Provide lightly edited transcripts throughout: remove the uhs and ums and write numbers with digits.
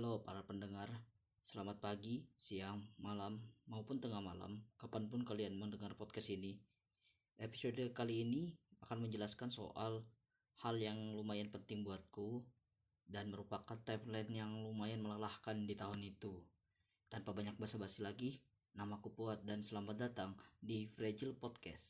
Halo para pendengar, selamat pagi, siang, malam, maupun tengah malam, kapanpun kalian mendengar podcast ini. Episode kali ini akan menjelaskan soal hal yang lumayan penting buatku dan merupakan timeline yang lumayan melelahkan di tahun itu. Tanpa banyak basa-basi lagi, namaku Puat dan selamat datang di Fragile Podcast.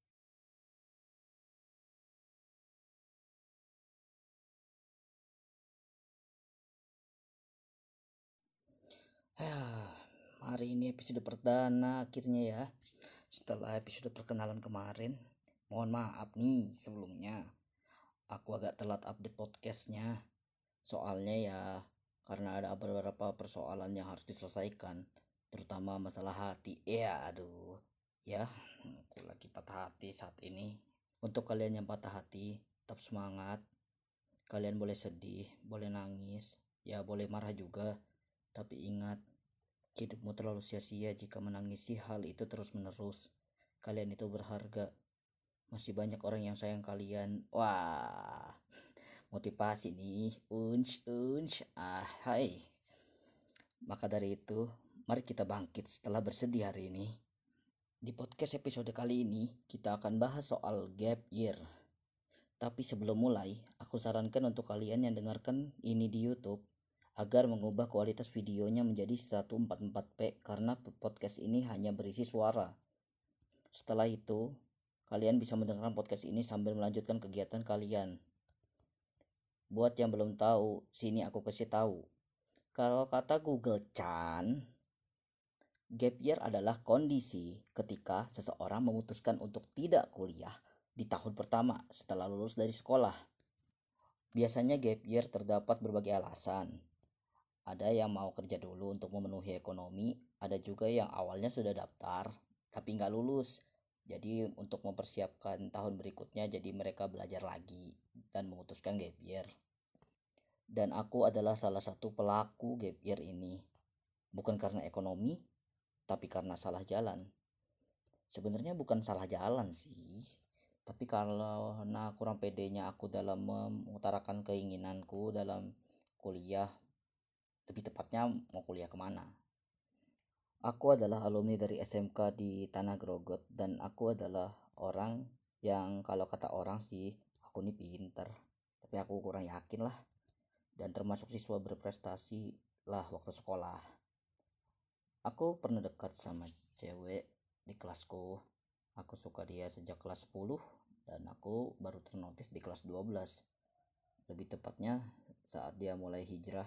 Hari ini episode perdana akhirnya ya. Setelah episode perkenalan kemarin, mohon maaf nih sebelumnya. Aku agak telat update podcastnya. Soalnya ya karena ada beberapa persoalan yang harus diselesaikan, terutama masalah hati. Aduh. Ya, aku lagi patah hati saat ini. Untuk kalian yang patah hati, tetap semangat. Kalian boleh sedih, boleh nangis, ya boleh marah juga. Tapi ingat, hidupmu terlalu sia-sia jika menangisi hal itu terus-menerus. Kalian itu berharga. Masih banyak orang yang sayang kalian. Wah, motivasi nih. Hai. Maka dari itu, mari kita bangkit setelah bersedih hari ini. Di podcast episode kali ini, kita akan bahas soal gap year. Tapi sebelum mulai, aku sarankan untuk kalian yang dengarkan ini di YouTube agar mengubah kualitas videonya menjadi 144p karena podcast ini hanya berisi suara. Setelah itu, kalian bisa mendengarkan podcast ini sambil melanjutkan kegiatan kalian. Buat yang belum tahu, sini aku kasih tahu. Kalau kata Google Chan, gap year adalah kondisi ketika seseorang memutuskan untuk tidak kuliah di tahun pertama setelah lulus dari sekolah. Biasanya gap year terdapat berbagai alasan. Ada yang mau kerja dulu untuk memenuhi ekonomi, ada juga yang awalnya sudah daftar tapi nggak lulus. Jadi untuk mempersiapkan tahun berikutnya, jadi mereka belajar lagi dan memutuskan gap year. Dan aku adalah salah satu pelaku gap year ini. Bukan karena ekonomi, tapi karena salah jalan. Sebenarnya bukan salah jalan sih, tapi karena kurang pedenya aku dalam mengutarakan keinginanku dalam kuliah. Lebih tepatnya mau kuliah kemana. Aku adalah alumni dari SMK di Tanah Grogot dan aku adalah orang yang kalau kata orang sih aku ini pinter, tapi aku kurang yakin lah, dan termasuk siswa berprestasi lah waktu sekolah. Aku pernah dekat sama cewek di kelasku. Aku suka dia sejak kelas 10 dan aku baru ternotis di kelas 12. Lebih tepatnya saat dia mulai hijrah.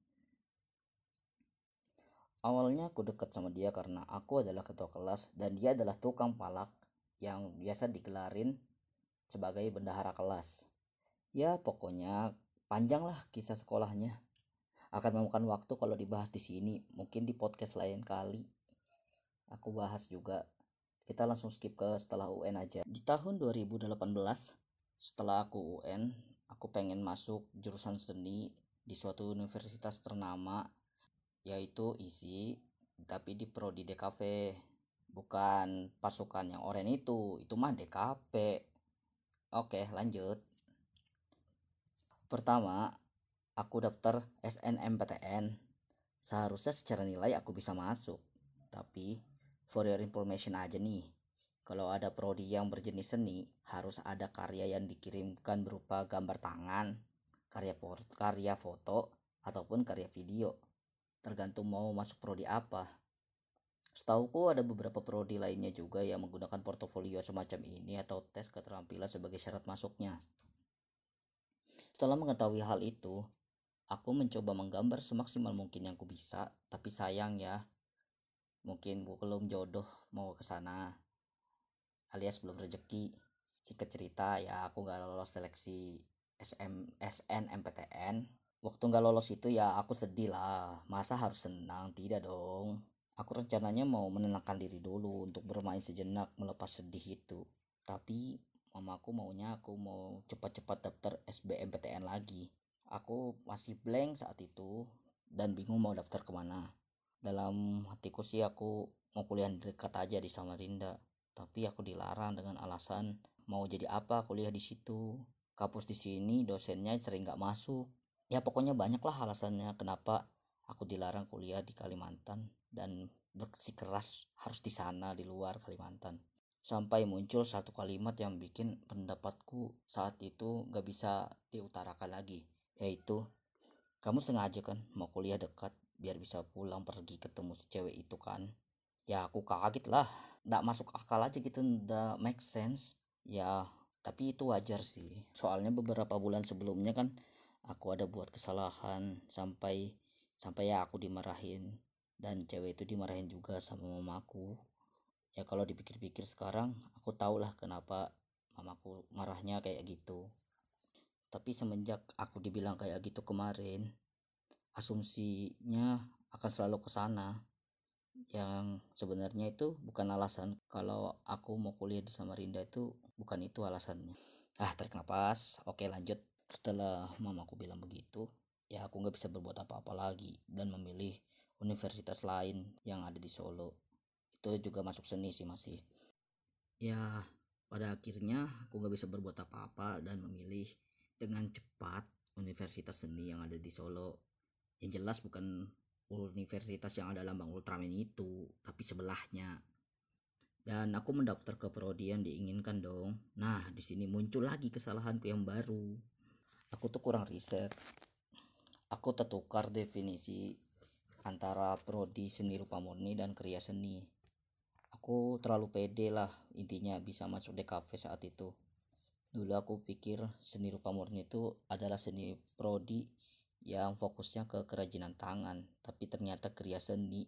Awalnya aku dekat sama dia karena aku adalah ketua kelas dan dia adalah tukang palak yang biasa digelarin sebagai bendahara kelas. Ya pokoknya panjang lah kisah sekolahnya. Akan memakan waktu kalau dibahas di sini. Mungkin di podcast lain kali aku bahas juga. Kita langsung skip ke setelah UN aja. Di tahun 2018, setelah aku UN, aku pengen masuk jurusan seni di suatu universitas ternama, yaitu ISI, tapi di prodi DKV. Bukan pasukan yang oranye itu mah DKP. Oke, lanjut. Pertama, aku daftar SNMPTN. Seharusnya secara nilai aku bisa masuk, tapi for your information aja nih, kalau ada prodi yang berjenis seni harus ada karya yang dikirimkan berupa gambar tangan, karya foto, ataupun karya video, tergantung mau masuk prodi apa. Setauku ada beberapa prodi lainnya juga yang menggunakan portofolio semacam ini atau tes keterampilan sebagai syarat masuknya. Setelah mengetahui hal itu, aku mencoba menggambar semaksimal mungkin yang ku bisa, tapi sayang ya, mungkin belum jodoh mau ke sana, alias belum rezeki. Singkat cerita ya, aku gak lolos seleksi SNMPTN. Waktu gak lolos itu ya aku sedih lah. Masa harus senang? Tidak dong. Aku rencananya mau menenangkan diri dulu untuk bermain sejenak melepas sedih itu. Tapi mamaku maunya aku mau cepat-cepat daftar SBMPTN lagi. Aku masih blank saat itu dan bingung mau daftar kemana. Dalam hatiku sih aku mau kuliah dekat aja di Samarinda, tapi aku dilarang dengan alasan mau jadi apa kuliah di situ. Kampus di sini dosennya sering nggak masuk. Ya pokoknya banyak lah alasannya kenapa Aku dilarang kuliah di Kalimantan dan bersikeras harus di sana di luar Kalimantan. Sampai muncul satu kalimat yang bikin pendapatku saat itu gak bisa diutarakan lagi, yaitu, kamu sengaja kan mau kuliah dekat biar bisa pulang pergi ketemu si cewek itu kan. Ya aku kaget lah, gak masuk akal aja gitu, gak make sense. Ya tapi itu wajar sih, soalnya beberapa bulan sebelumnya kan aku ada buat kesalahan sampai ya aku dimarahin, dan cewek itu dimarahin juga sama mamaku. Ya kalau dipikir-pikir sekarang aku tahulah kenapa mamaku marahnya kayak gitu. Tapi semenjak aku dibilang kayak gitu kemarin, asumsinya akan selalu ke sana, yang sebenarnya itu bukan alasan. Kalau aku mau kuliah di Samarinda itu bukan itu alasannya. Tarik napas, oke lanjut. Setelah mamaku bilang begitu, ya aku nggak bisa berbuat apa-apa lagi dan memilih universitas lain yang ada di Solo. Itu juga masuk seni sih masih. Ya pada akhirnya aku nggak bisa berbuat apa-apa dan memilih dengan cepat universitas seni yang ada di Solo. Yang jelas bukan universitas yang ada lambang Ultraman itu, tapi sebelahnya. Dan aku mendaftar ke prodi yang diinginkan dong. Nah, di sini muncul lagi kesalahanku yang baru. Aku tuh kurang riset. Aku tertukar definisi antara prodi seni rupa murni dan kriya seni. Aku terlalu pede lah intinya bisa masuk DKV saat itu. Dulu aku pikir seni rupa murni itu adalah seni prodi yang fokusnya ke kerajinan tangan, tapi ternyata kriya seni.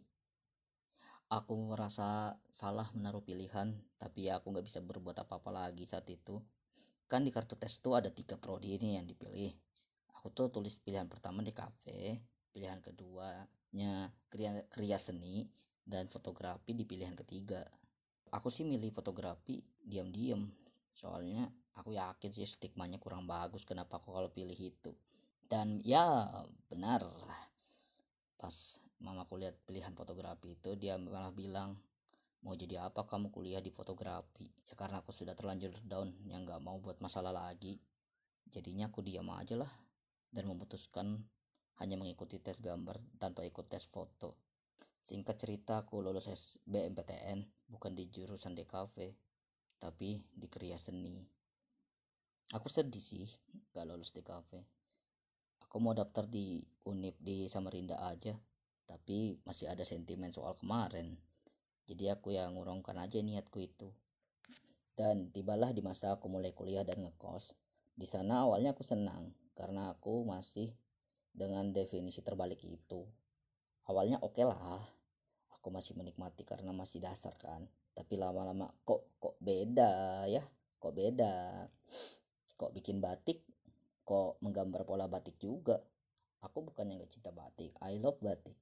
Aku merasa salah menaruh pilihan, tapi ya aku nggak bisa berbuat apa-apa lagi saat itu. Kan di kartu tes tuh ada 3 prodi ini yang dipilih. Aku tuh tulis pilihan pertama di kafe, pilihan keduanya kriya seni, dan fotografi di pilihan ketiga. Aku sih milih fotografi diam-diam, soalnya aku yakin sih stigmanya kurang bagus kenapa aku kalau pilih itu. Dan ya benar, pas mamaku lihat pilihan fotografi itu dia malah bilang, mau jadi apa kamu kuliah di fotografi? Ya karena aku sudah terlanjur down yang gak mau buat masalah lagi, jadinya aku diam aja lah dan memutuskan hanya mengikuti tes gambar tanpa ikut tes foto. Singkat cerita aku lulus SBMPTN bukan di jurusan DKV tapi di kriya seni. Aku sedih sih gak lulus DKV. Aku mau daftar di Unip di Samarinda aja, tapi masih ada sentimen soal kemarin. Jadi aku yang ngurungkan aja niatku itu. Dan tibalah di masa aku mulai kuliah dan ngekos. Di sana awalnya aku senang karena aku masih dengan definisi terbalik itu. Awalnya oke lah, aku masih menikmati karena masih dasar kan. Tapi lama-lama kok beda ya, kok beda. Kok bikin batik, kok menggambar pola batik juga. Aku bukannya gak cinta batik, I love batik.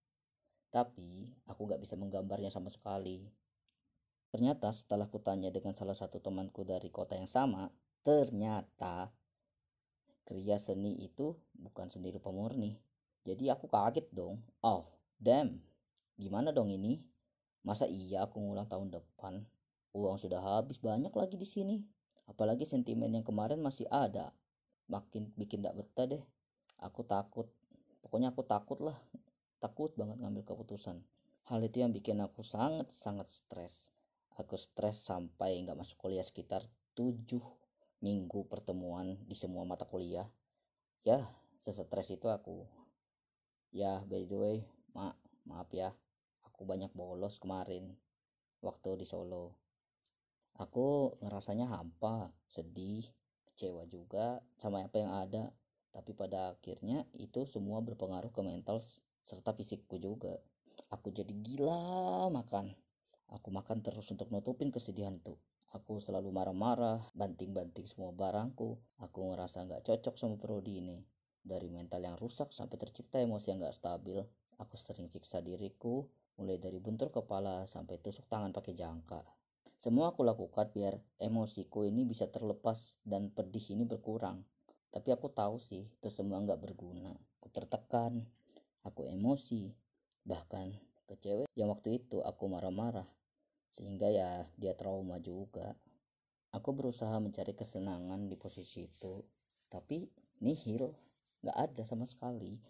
Tapi aku gak bisa menggambarnya sama sekali. Ternyata setelah kutanya dengan salah satu temanku dari kota yang sama, ternyata kriya seni itu bukan seni rupa murni. Jadi aku kaget dong. Oh, damn. Gimana dong ini? Masa iya aku ngulang tahun depan? Uang sudah habis banyak lagi di sini. Apalagi sentimen yang kemarin masih ada. Makin bikin tak betah deh. Aku takut. Pokoknya aku takut lah. Takut banget ngambil keputusan. Hal itu yang bikin aku sangat stres. Aku stres sampai nggak masuk kuliah sekitar 7 minggu pertemuan di semua mata kuliah. Ya, sesetres itu aku. Ya, by the way, maaf ya. Aku banyak bolos kemarin waktu di Solo. Aku ngerasanya hampa, sedih, kecewa juga sama apa yang ada. Tapi pada akhirnya itu semua berpengaruh ke mental serta fisikku juga. Aku jadi gila makan. Aku makan terus untuk nutupin kesedihan tuh. Aku selalu marah-marah, banting-banting semua barangku. Aku ngerasa gak cocok sama prodi ini. Dari mental yang rusak sampai tercipta emosi yang gak stabil. Aku sering siksa diriku, mulai dari bentur kepala sampai tusuk tangan pakai jangka. Semua aku lakukan biar emosiku ini bisa terlepas dan pedih ini berkurang. Tapi aku tahu sih itu semua gak berguna. Aku tertekan, aku emosi, bahkan ke cewek yang waktu itu aku marah-marah, sehingga ya dia trauma juga. Aku berusaha mencari kesenangan di posisi itu, tapi nihil, gak ada sama sekali.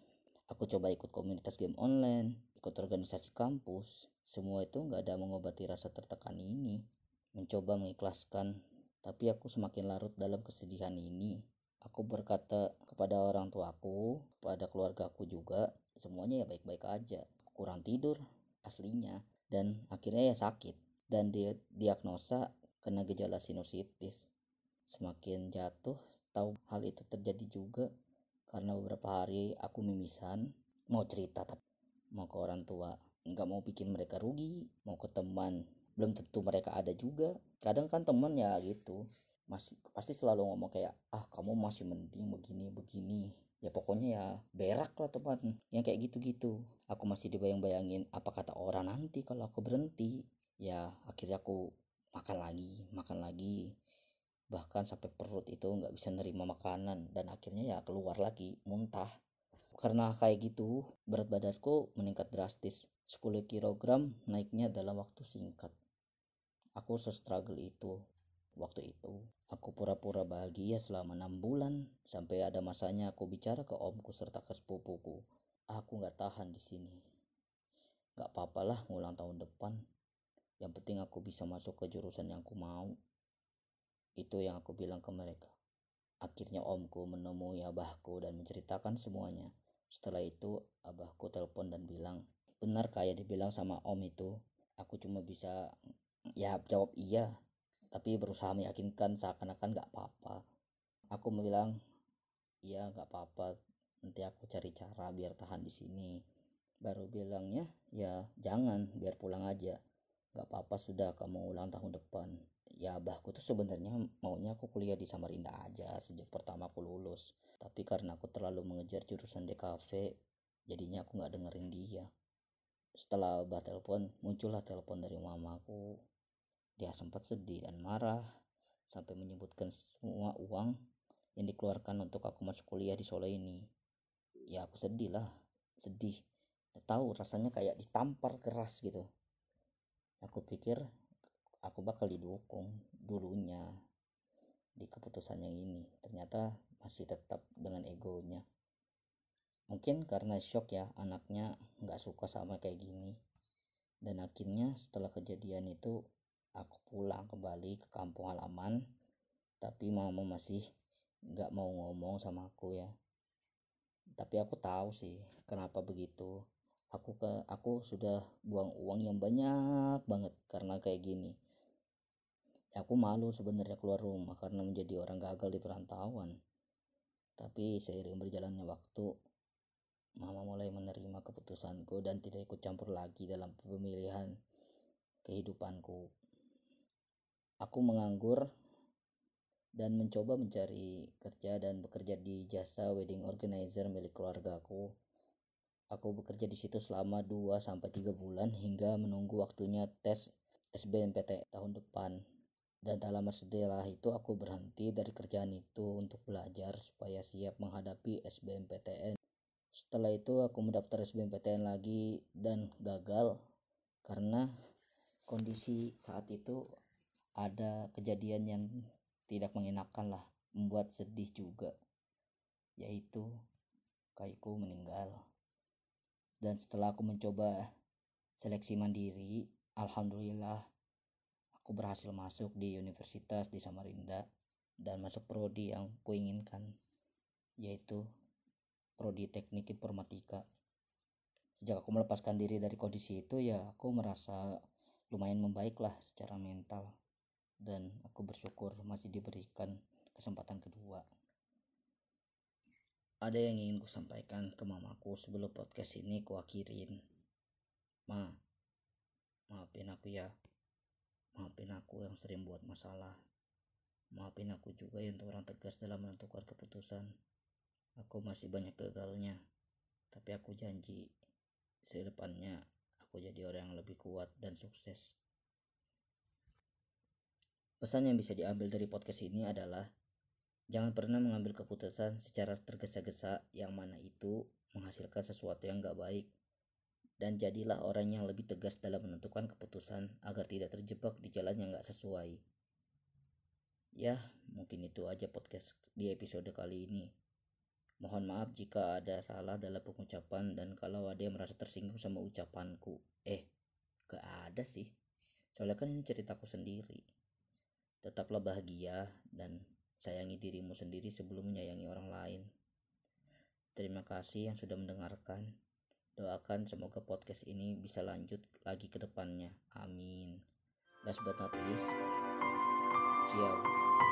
Aku coba ikut komunitas game online, ikut organisasi kampus. Semua itu gak ada mengobati rasa tertekan ini. Mencoba mengikhlaskan, tapi aku semakin larut dalam kesedihan ini. Aku berkata kepada orang tuaku, kepada keluargaku juga, semuanya ya baik-baik aja. Kurang tidur aslinya, dan akhirnya ya sakit. Dan diagnosa kena gejala sinusitis. Semakin jatuh, tahu hal itu terjadi juga karena beberapa hari aku mimisan, mau cerita tapi mau ke orang tua, nggak mau bikin mereka rugi, mau ke teman, belum tentu mereka ada juga. Kadang kan teman ya gitu, masih pasti selalu ngomong kayak, kamu masih mending begini ya, pokoknya ya berak lah teman yang kayak gitu-gitu. Aku masih dibayang-bayangin apa kata orang nanti kalau aku berhenti. Ya akhirnya aku makan lagi, bahkan sampai perut itu nggak bisa nerima makanan, dan akhirnya ya keluar lagi muntah. Karena kayak gitu berat badanku meningkat drastis, 10 kg naiknya dalam waktu singkat. Aku se-struggle itu waktu itu. Aku pura-pura bahagia selama 6 bulan, sampai ada masanya aku bicara ke omku serta ke sepupuku. Aku nggak tahan di sini. Nggak apa-apalah ngulang tahun depan. Yang penting aku bisa masuk ke jurusan yang aku mau. Itu yang aku bilang ke mereka. Akhirnya omku menemui abahku dan menceritakan semuanya. Setelah itu abahku telepon dan bilang, benar kayak dibilang sama om itu. Aku cuma bisa ya jawab iya, tapi berusaha meyakinkan seakan-akan gak apa-apa. Aku bilang, iya gak apa-apa, nanti aku cari cara biar tahan di sini. Baru bilangnya, ya jangan, biar pulang aja. Gak apa-apa, sudah kamu ulang tahun depan. Ya abahku tuh sebenarnya maunya aku kuliah di Samarinda aja sejak pertama aku lulus. Tapi karena aku terlalu mengejar jurusan DKV, jadinya aku gak dengerin dia. Setelah abah telepon, muncullah telepon dari mamaku. Dia sempat sedih dan marah, sampai menyebutkan semua uang yang dikeluarkan untuk aku masuk kuliah di Solo ini. Ya aku sedih lah, sedih. Tahu rasanya kayak ditampar keras gitu. Aku pikir aku bakal didukung dulunya di keputusan yang ini. Ternyata masih tetap dengan egonya. Mungkin karena shock ya, anaknya gak suka sama kayak gini. Dan akhirnya setelah kejadian itu aku pulang kembali ke kampung halaman, tapi mama masih gak mau ngomong sama aku ya. Tapi aku tahu sih kenapa begitu. Aku sudah buang uang yang banyak banget karena kayak gini. Aku malu sebenarnya keluar rumah karena menjadi orang gagal di perantauan. Tapi seiring berjalannya waktu, mama mulai menerima keputusanku dan tidak ikut campur lagi dalam pemilihan kehidupanku. Aku menganggur dan mencoba mencari kerja dan bekerja di jasa wedding organizer milik keluargaku. Aku bekerja di situ selama 2-3 bulan hingga menunggu waktunya tes SBMPTN tahun depan. Dan tak lama setelah itu aku berhenti dari kerjaan itu untuk belajar supaya siap menghadapi SBMPTN. Setelah itu aku mendaftar SBMPTN lagi dan gagal karena kondisi saat itu ada kejadian yang tidak mengenakan lah, membuat sedih juga, yaitu kakakku meninggal. Dan setelah aku mencoba seleksi mandiri, alhamdulillah aku berhasil masuk di universitas di Samarinda dan masuk prodi yang kuinginkan, yaitu prodi teknik informatika. Sejak aku melepaskan diri dari kondisi itu, ya aku merasa lumayan membaik lah secara mental, dan aku bersyukur masih diberikan kesempatan kedua. Ada yang ingin ku sampaikan ke mamaku sebelum podcast ini ku akhirin. Maafin aku ya. Maafin aku yang sering buat masalah. Maafin aku juga yang kurang tegas dalam menentukan keputusan. Aku masih banyak gagalnya, tapi aku janji sedepannya aku jadi orang yang lebih kuat dan sukses. Pesan yang bisa diambil dari podcast ini adalah jangan pernah mengambil keputusan secara tergesa-gesa yang mana itu menghasilkan sesuatu yang gak baik. Dan jadilah orang yang lebih tegas dalam menentukan keputusan agar tidak terjebak di jalan yang gak sesuai. Ya, mungkin itu aja podcast di episode kali ini. Mohon maaf jika ada salah dalam pengucapan dan kalau ada yang merasa tersinggung sama ucapanku. Gak ada sih. Soalnya kan ini ceritaku sendiri. Tetaplah bahagia dan sayangi dirimu sendiri sebelum menyayangi orang lain. Terima kasih yang sudah mendengarkan. Doakan semoga podcast ini bisa lanjut lagi ke depannya. Amin. Last but not least, ciao.